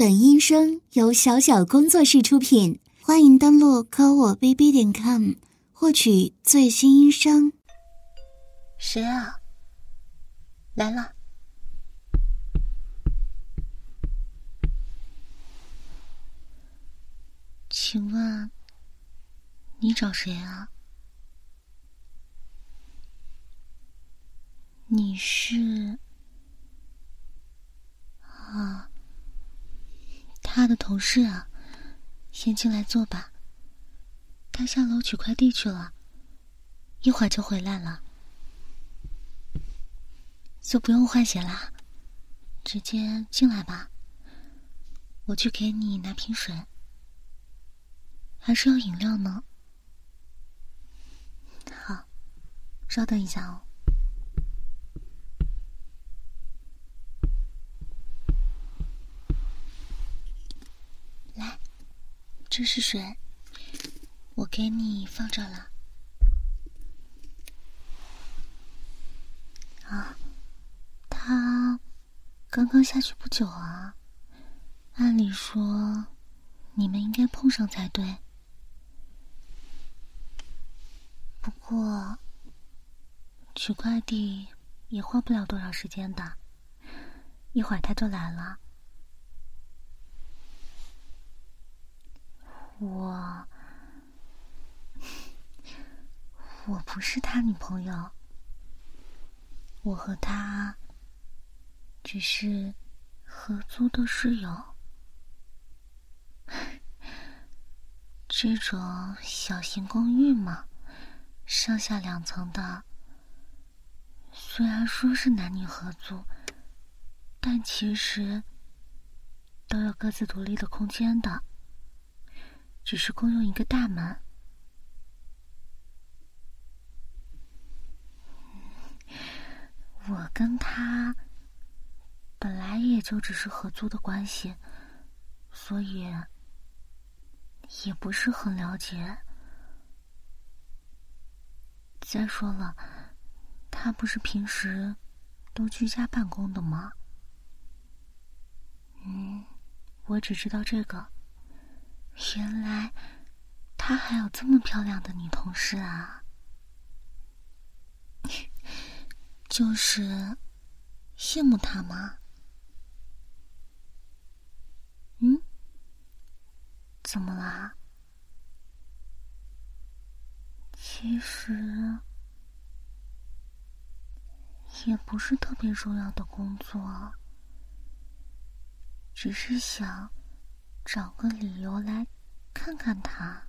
本音声由小小工作室出品，欢迎登录科我 bb.com 获取最新音声。 谁啊？来了。请问你找谁啊？你是他的同事啊，先进来坐吧。他下楼取快递去了，一会儿就回来了。就不用换鞋啦，直接进来吧。我去给你拿瓶水，还是要饮料呢？好，稍等一下哦。来，这是水，我给你放这了。啊，他刚刚下去不久啊，按理说你们应该碰上才对。不过取快递也花不了多少时间的，一会儿他就来了。我不是他女朋友，我和他只是合租的室友。这种小型公寓嘛，上下2层的，虽然说是男女合租，但其实都有各自独立的空间的，只是共用一个大门。我跟他本来也就只是合租的关系，所以也不是很了解。再说了，他不是平时都居家办公的吗？我只知道这个。原来他还有这么漂亮的女同事啊。就是羡慕他吗？怎么啦？其实也不是特别重要的工作，只是想找个理由来看看他。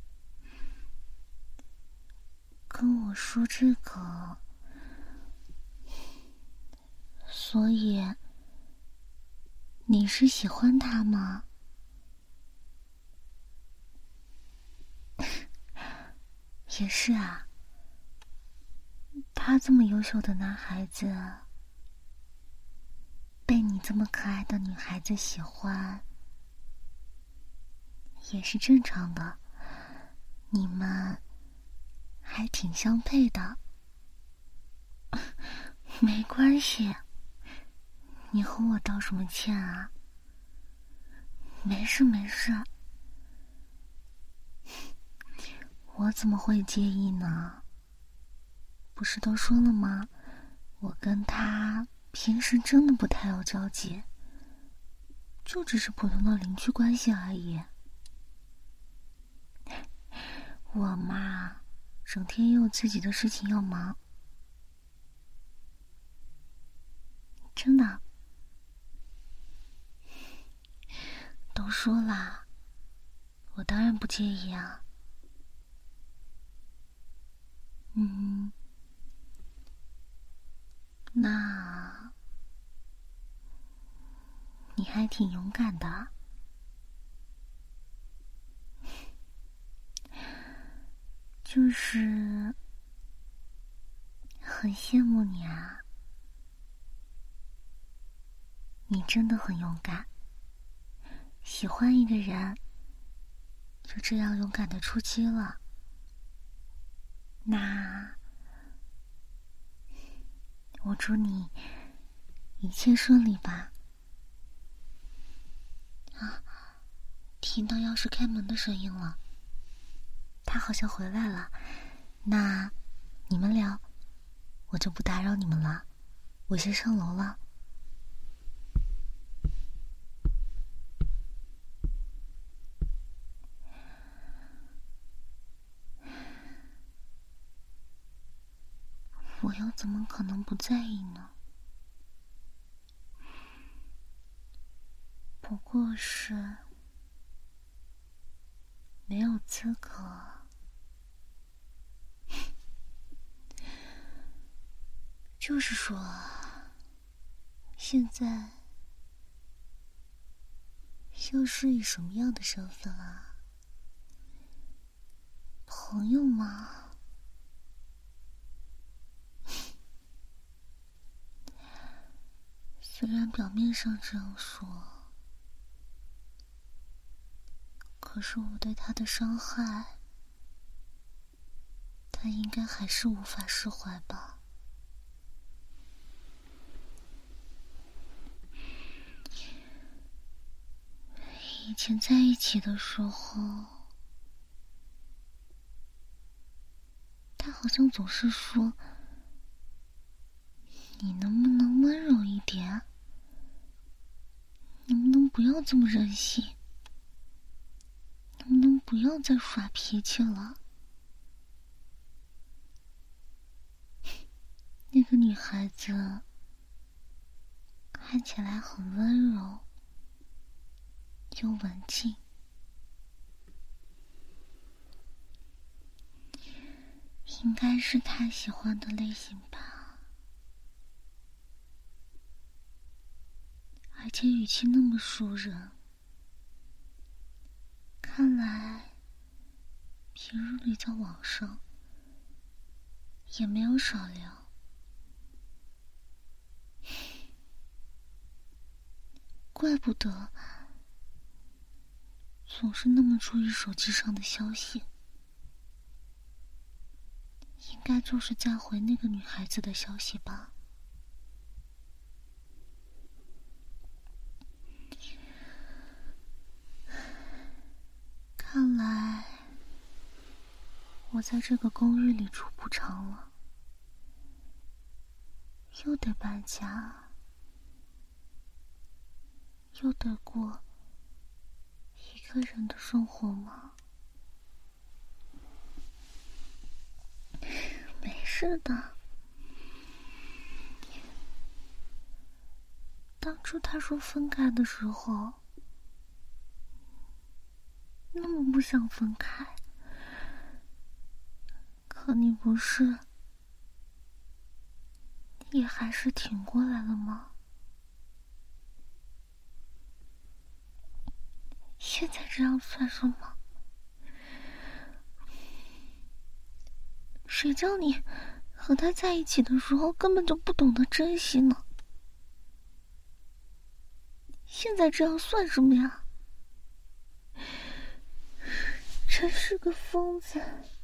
跟我说这个，所以你是喜欢他吗？也是啊，他这么优秀的男孩子，被你这么可爱的女孩子喜欢，也是正常的。你们还挺相配的。没关系，你和我道什么歉啊？没事没事，我怎么会介意呢？不是都说了吗？我跟他平时真的不太有交集，就只是普通的邻居关系而已。我嘛，整天也有自己的事情要忙。真的。都说啦，我当然不介意啊。那你还挺勇敢的。就是很羡慕你啊，你真的很勇敢，喜欢一个人就这样勇敢的出击了。那我祝你一切顺利吧。 听到钥匙开门的声音了，他好像回来了。那你们聊，我就不打扰你们了，我先上楼了。我又怎么可能不在意呢？不过是没有资格。就是说，现在又是以什么样的身份啊？朋友吗？虽然表面上这样说，可是我对他的伤害，他应该还是无法释怀吧。以前在一起的时候，他好像总是说，你能不能温柔一点？能不能不要这么任性？能不能不要再耍脾气了？那个女孩子看起来很温柔又文静，应该是他喜欢的类型吧。而且语气那么熟人，看来平日里在网上也没有少聊。怪不得总是那么注意手机上的消息，应该就是在回那个女孩子的消息吧。看来我在这个公寓里住不长了，又得搬家，又得过一个人的生活吗？没事的。当初他说分开的时候，那么不想分开，可你不是也还是挺过来了吗？现在这样算什么？谁叫你和他在一起的时候根本就不懂得珍惜呢？现在这样算什么呀？真是个疯子。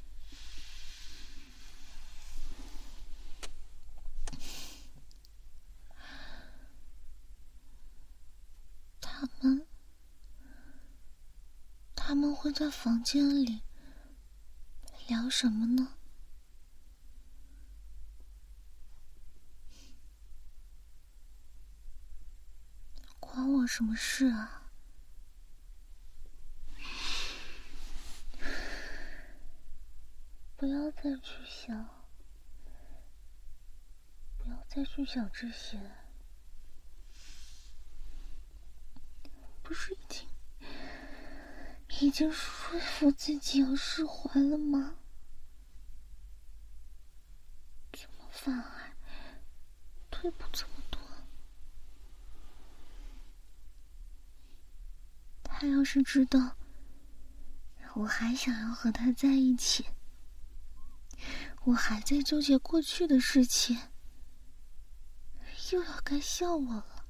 他们会在房间里聊什么呢？关我什么事啊？不要再去想，不要再去想这些。不是已经说服自己要释怀了吗？怎么反而退步这么多？他要是知道我还想要和他在一起，我还在纠结过去的事情，又要该笑我了，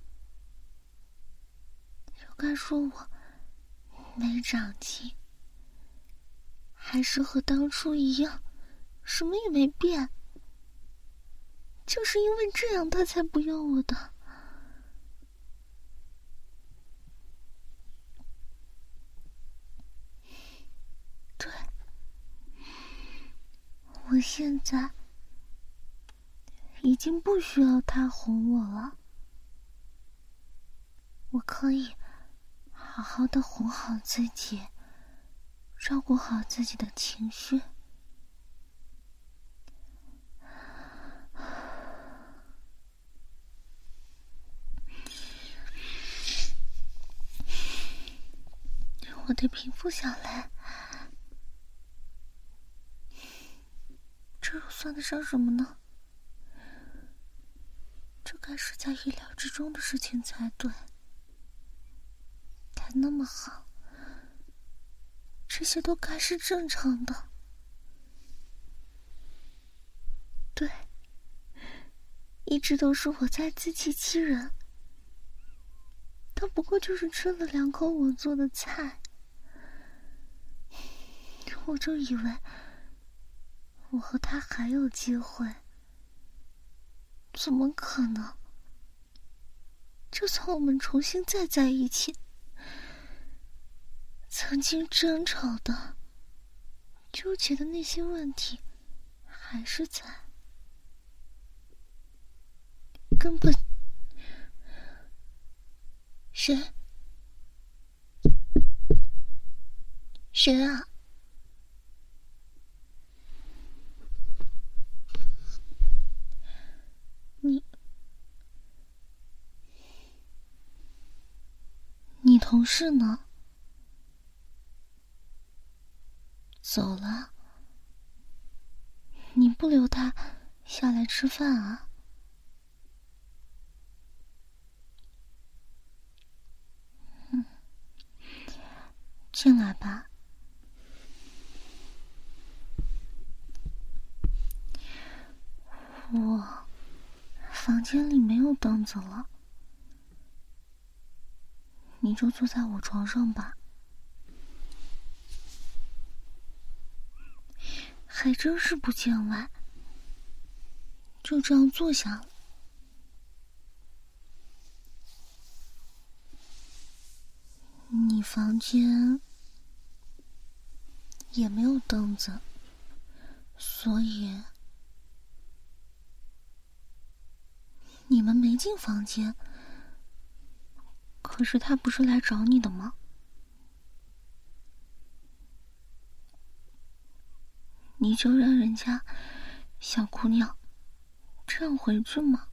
又该说我没长进，还是和当初一样，什么也没变。就是因为这样，他才不要我的。 我现在已经不需要他哄我了，我可以好好的哄好自己，照顾好自己的情绪。我得平复下来，这又算得上什么呢？这该是在意料之中的事情才对。他那么好，这些都该是正常的。对，一直都是我在自欺欺人。他不过就是吃了2口我做的菜，我就以为我和他还有机会，怎么可能？就算我们重新再在一起，曾经争吵的、纠结的那些问题还是在，根本……谁？谁啊？你同事呢？走了？你不留他下来吃饭啊？进来吧。我房间里没有凳子了，你就坐在我床上吧。还真是不见外，就这样坐下了。你房间也没有凳子，所以你们没进房间。可是他不是来找你的吗？你就让人家小姑娘这样回去吗？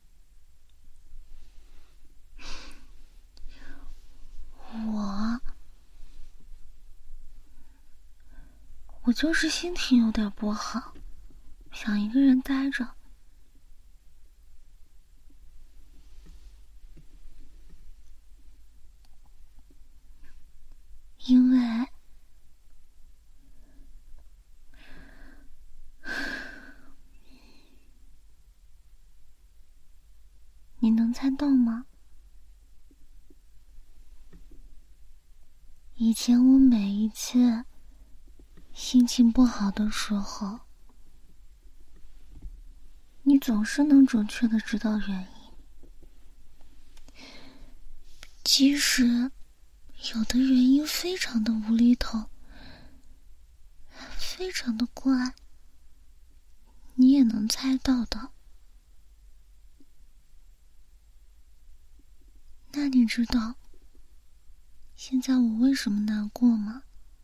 我就是心情有点不好，想一个人待着。因为你能猜到吗？以前我每一次心情不好的时候，你总是能准确的知道原因，即使有的原因非常的无厘头，非常的怪，你也能猜到的。那你知道现在我为什么难过吗？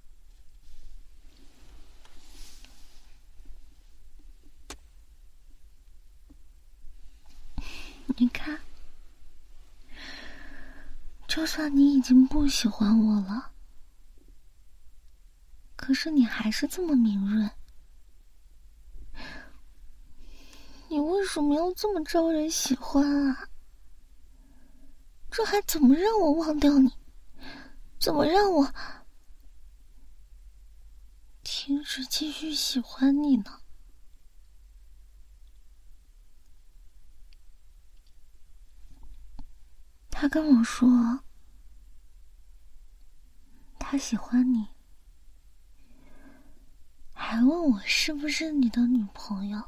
你看，就算你已经不喜欢我了，可是你还是这么敏锐。你为什么要这么招人喜欢啊？这还怎么让我忘掉你？怎么让我停止继续喜欢你呢？他跟我说，他喜欢你，还问我是不是你的女朋友。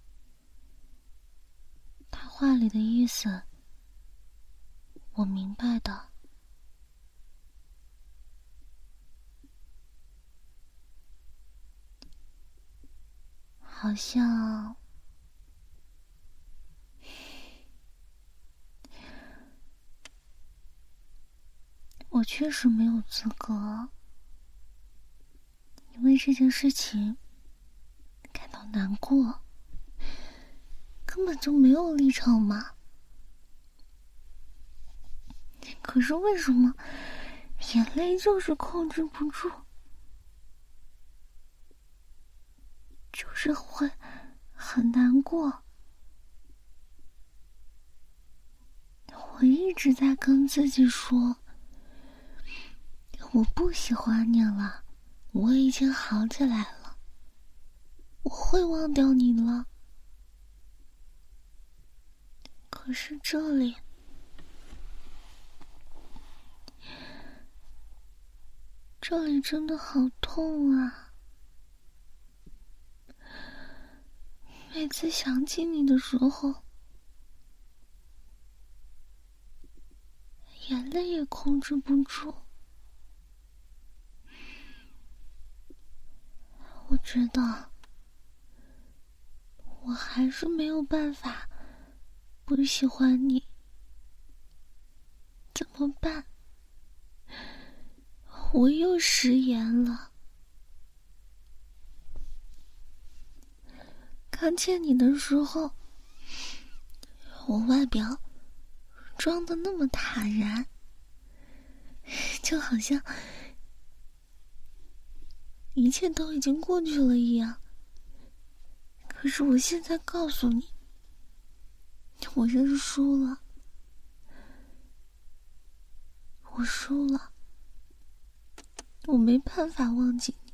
他话里的意思，我明白的。 好像我确实没有资格因为这件事情感到难过，根本就没有立场嘛。可是为什么眼泪就是控制不住，就是会很难过？我一直在跟自己说，我不喜欢你了，我已经好起来了，我会忘掉你了。可是这里真的好痛啊！每次想起你的时候，眼泪也控制不住。我知道，我还是没有办法不喜欢你，怎么办？我又食言了。刚见你的时候，我外表装得那么坦然，就好像一切都已经过去了一样。可是我现在告诉你，我认输了，我输了，我没办法忘记你，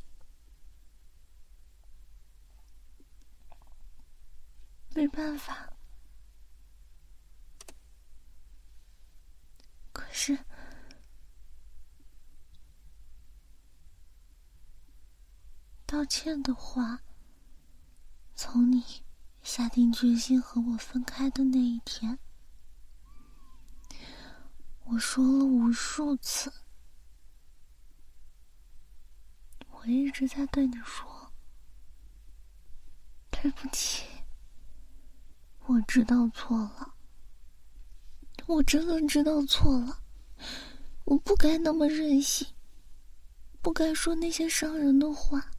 没办法。可是道歉的话，从你下定决心和我分开的那一天，我说了无数次，我一直在对你说，对不起，我知道错了，我真的知道错了，我不该那么任性，不该说那些伤人的话，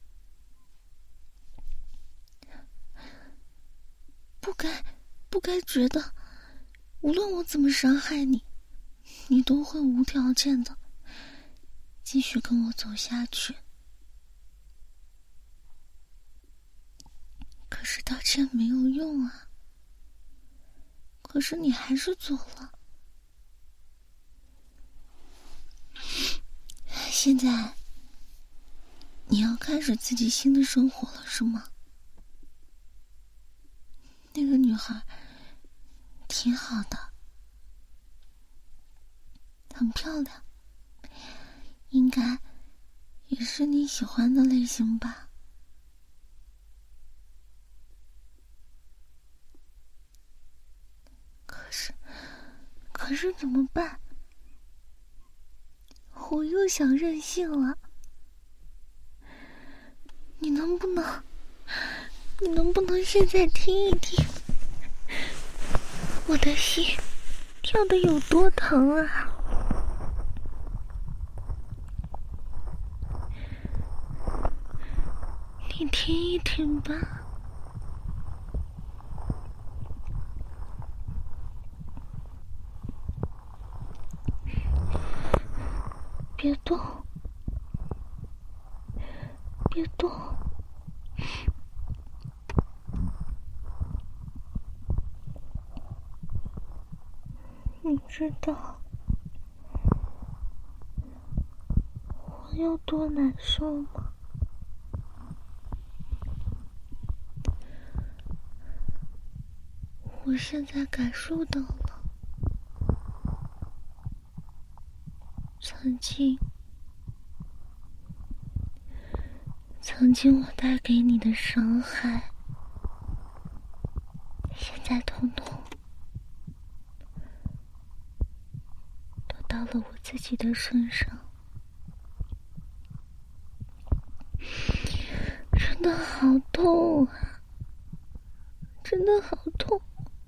不该觉得无论我怎么伤害你，你都会无条件的继续跟我走下去。可是道歉没有用啊，可是你还是做了。现在你要开始自己新的生活了，是吗？那个女孩挺好的，很漂亮，应该也是你喜欢的类型吧？可是怎么办？我又想任性了。你能不能现在听一听我的心跳得有多疼啊？你听一听吧。别动，别动。你知道我有多难受吗？我现在感受到了，曾经我带给你的伤害，现在统统都到了我自己的身上，真的好痛啊！ 真的好痛。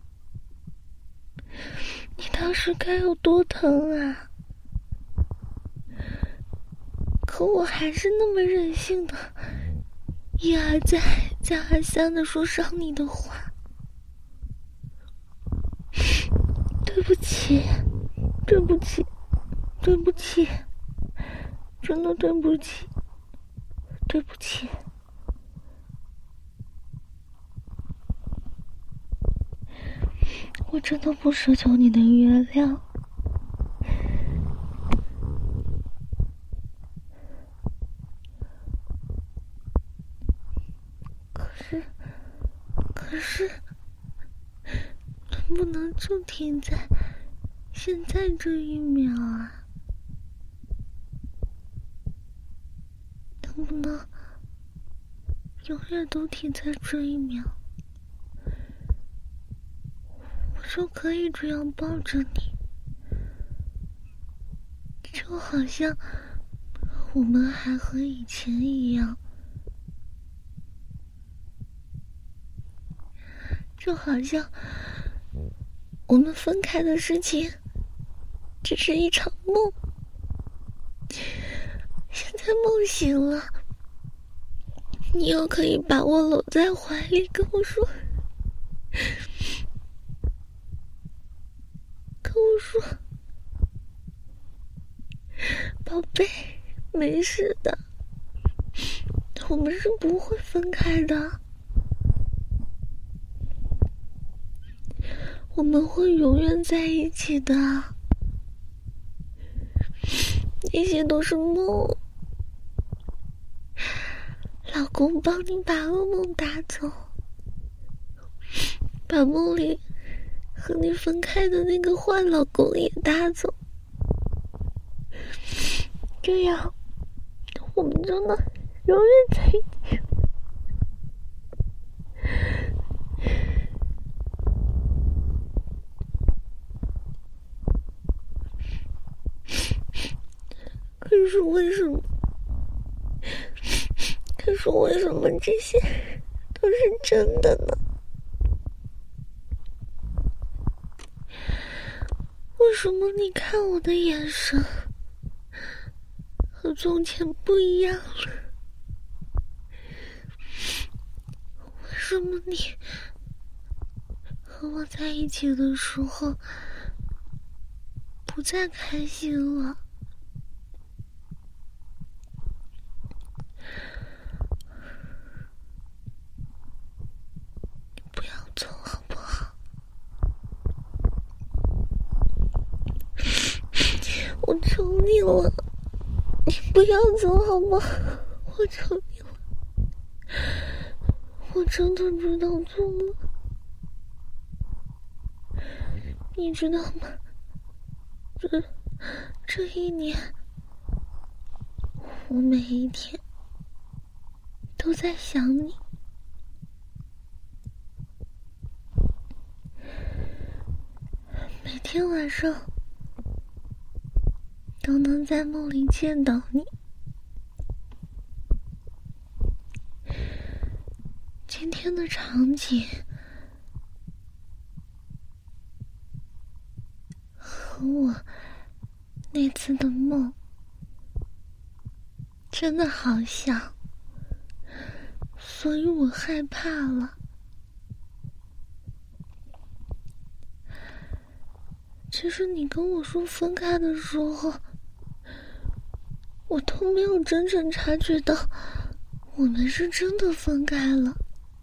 你当时该有多疼啊！可我还是那么任性的，一而再，再而三的说伤你的话。对不起，对不起，对不起，真的对不起，对不起。我真的不奢求你的原谅。可是，能不能就停在现在这一秒啊？能不能永远都停在这一秒？我就可以这样抱着你，就好像我们还和以前一样，就好像我们分开的事情只是一场梦，现在梦醒了，你又可以把我搂在怀里，跟我说宝贝，没事的，我们是不会分开的，我们会永远在一起的，那些都是梦，老公帮你把噩梦打走，把梦里和你分开的那个坏老公也打走，这样我们就能永远在一起。可是为什么这些都是真的呢？为什么你看我的眼神和从前不一样了？为什么你和我在一起的时候不再开心了？你不要走好不好？我求你了，你不要走好吗？我求你了，我真的知道错了，你知道吗？这一年，我每一天都在想你，每天晚上都能在梦里见到你。今天的场景和我那次的梦真的好像，所以我害怕了。其实你跟我说分开的时候，我都没有真正察觉到我们是真的分开了。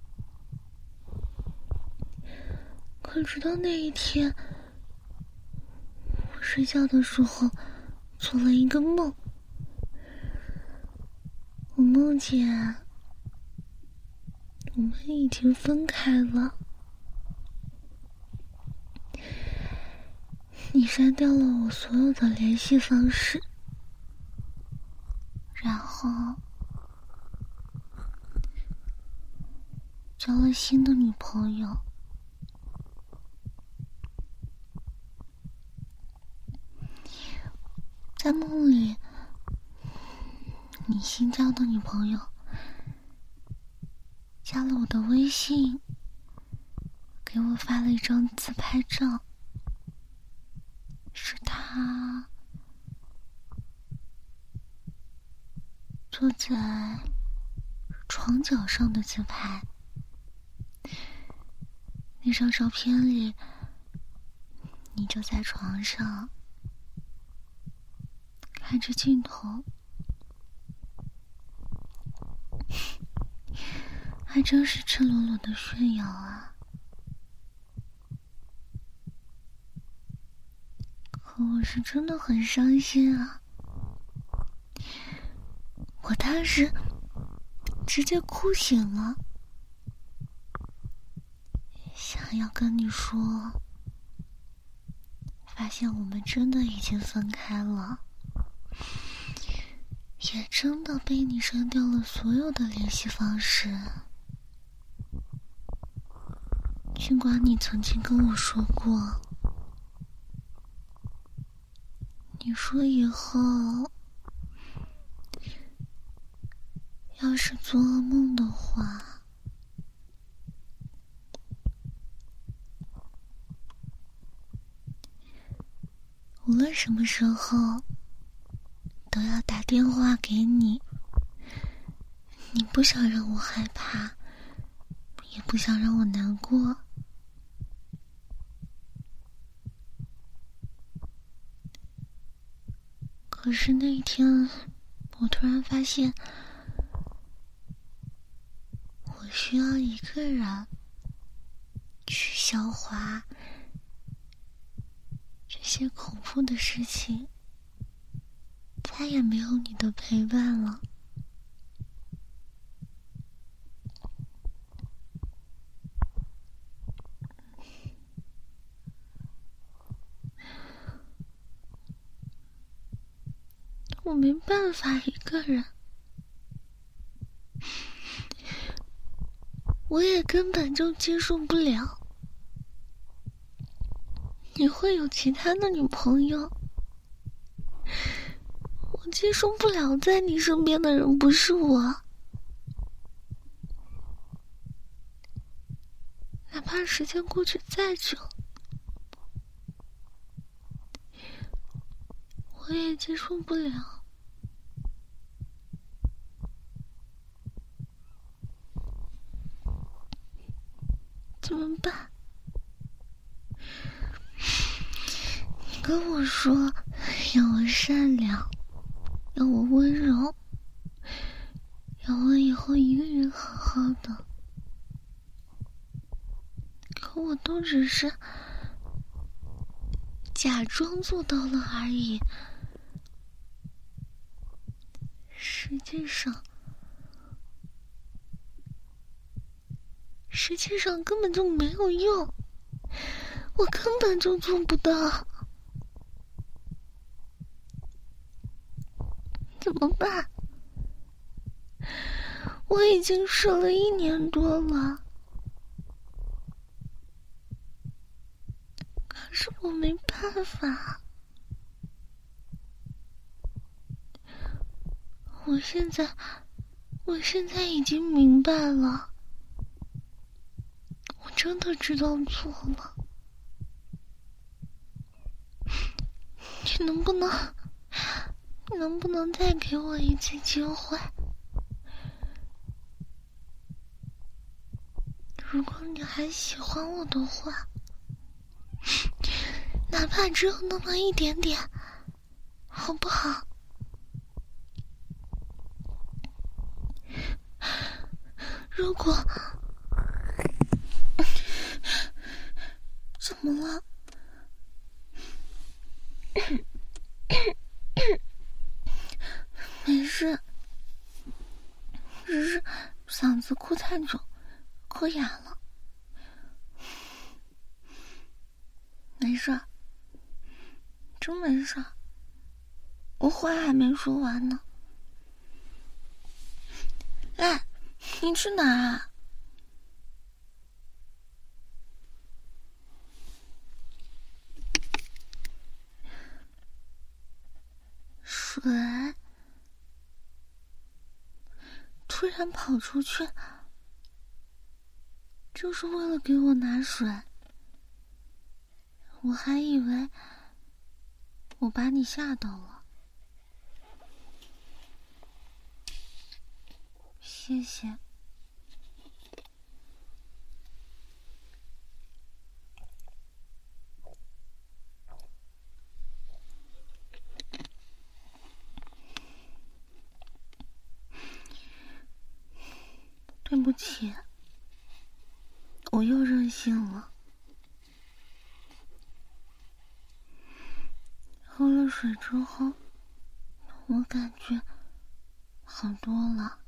可直到那一天，我睡觉的时候做了一个梦，我梦见我们已经分开了。你删掉了我所有的联系方式，然后交了新的女朋友。在梦里，你新交的女朋友加了我的微信， 给我发了一张自拍照，是他坐在床角上的自拍。那张照片里，你就在床上看着镜头，还真是赤裸裸的炫耀啊！可我是真的很伤心啊！我当时直接哭醒了，想要跟你说，发现我们真的已经分开了，也真的被你删掉了所有的联系方式。尽管你曾经跟我说过，你说以后要是做噩梦的话，无论什么时候都要打电话给你。你不想让我害怕，也不想让我难过。可是那一天，我突然发现，我需要一个人去消化这些恐怖的事情，再也没有你的陪伴了。我没办法一个人，我也根本就接受不了你会有其他的女朋友，我接受不了在你身边的人不是我，哪怕时间过去再久，我也接受不了。怎么办？你跟我说要我善良，要我温柔，要我以后一个人好好的，可我都只是假装做到了而已，实际上根本就没有用，我根本就做不到。怎么办？我已经试了1年多了，可是我没办法。我现在已经明白了，我真的知道错了。你能不能再给我一次机会？如果你还喜欢我的话，哪怕只有那么一点点，好不好？如果怎么了？没事，只是嗓子哭太久，哭哑了。没事，真没事，我话还没说完呢。哎，你去哪儿啊？水突然跑出去， 就是为了给我拿水。我还以为我把你吓到了。谢谢。对不起，我又任性了。喝了水之后，我感觉好多了。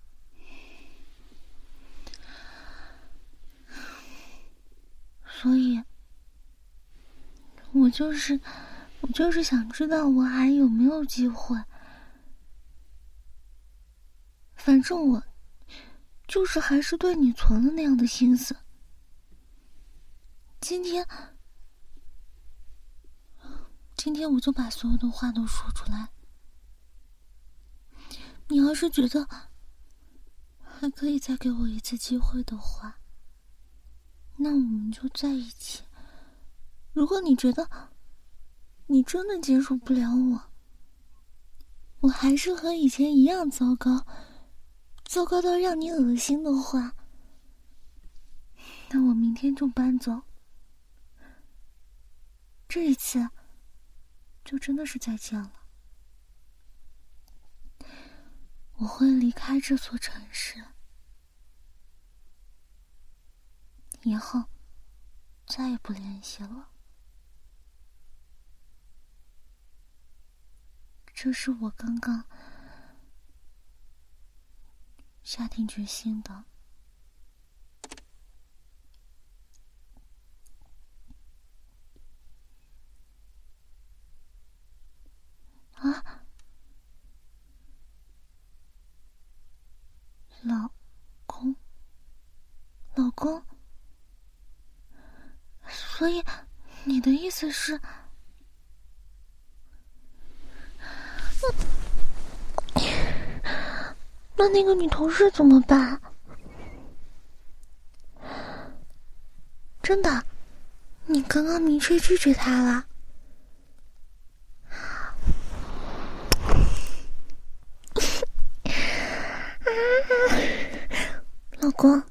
所以，我就是想知道我还有没有机会。反正我就是还是对你存了那样的心思。今天我就把所有的话都说出来。你要是觉得还可以再给我一次机会的话，那我们就在一起。如果你觉得你真的接受不了我还是和以前一样糟糕到让你恶心的话，那我明天就搬走。这一次就真的是再见了。我会离开这座城市，以后再也不联系了。这是我刚刚下定决心的。啊，老公，所以你的意思是，那个女同事怎么办？真的，你刚刚明确拒绝她了？老公，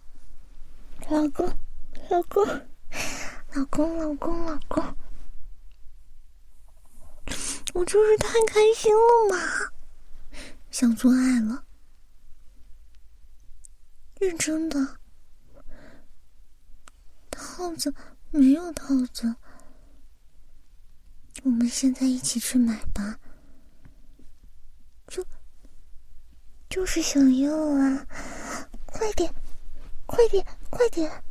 我就是太开心了嘛，想做爱了，认真的。套子没有套子，我们现在一起去买吧。就是想要啊，快点！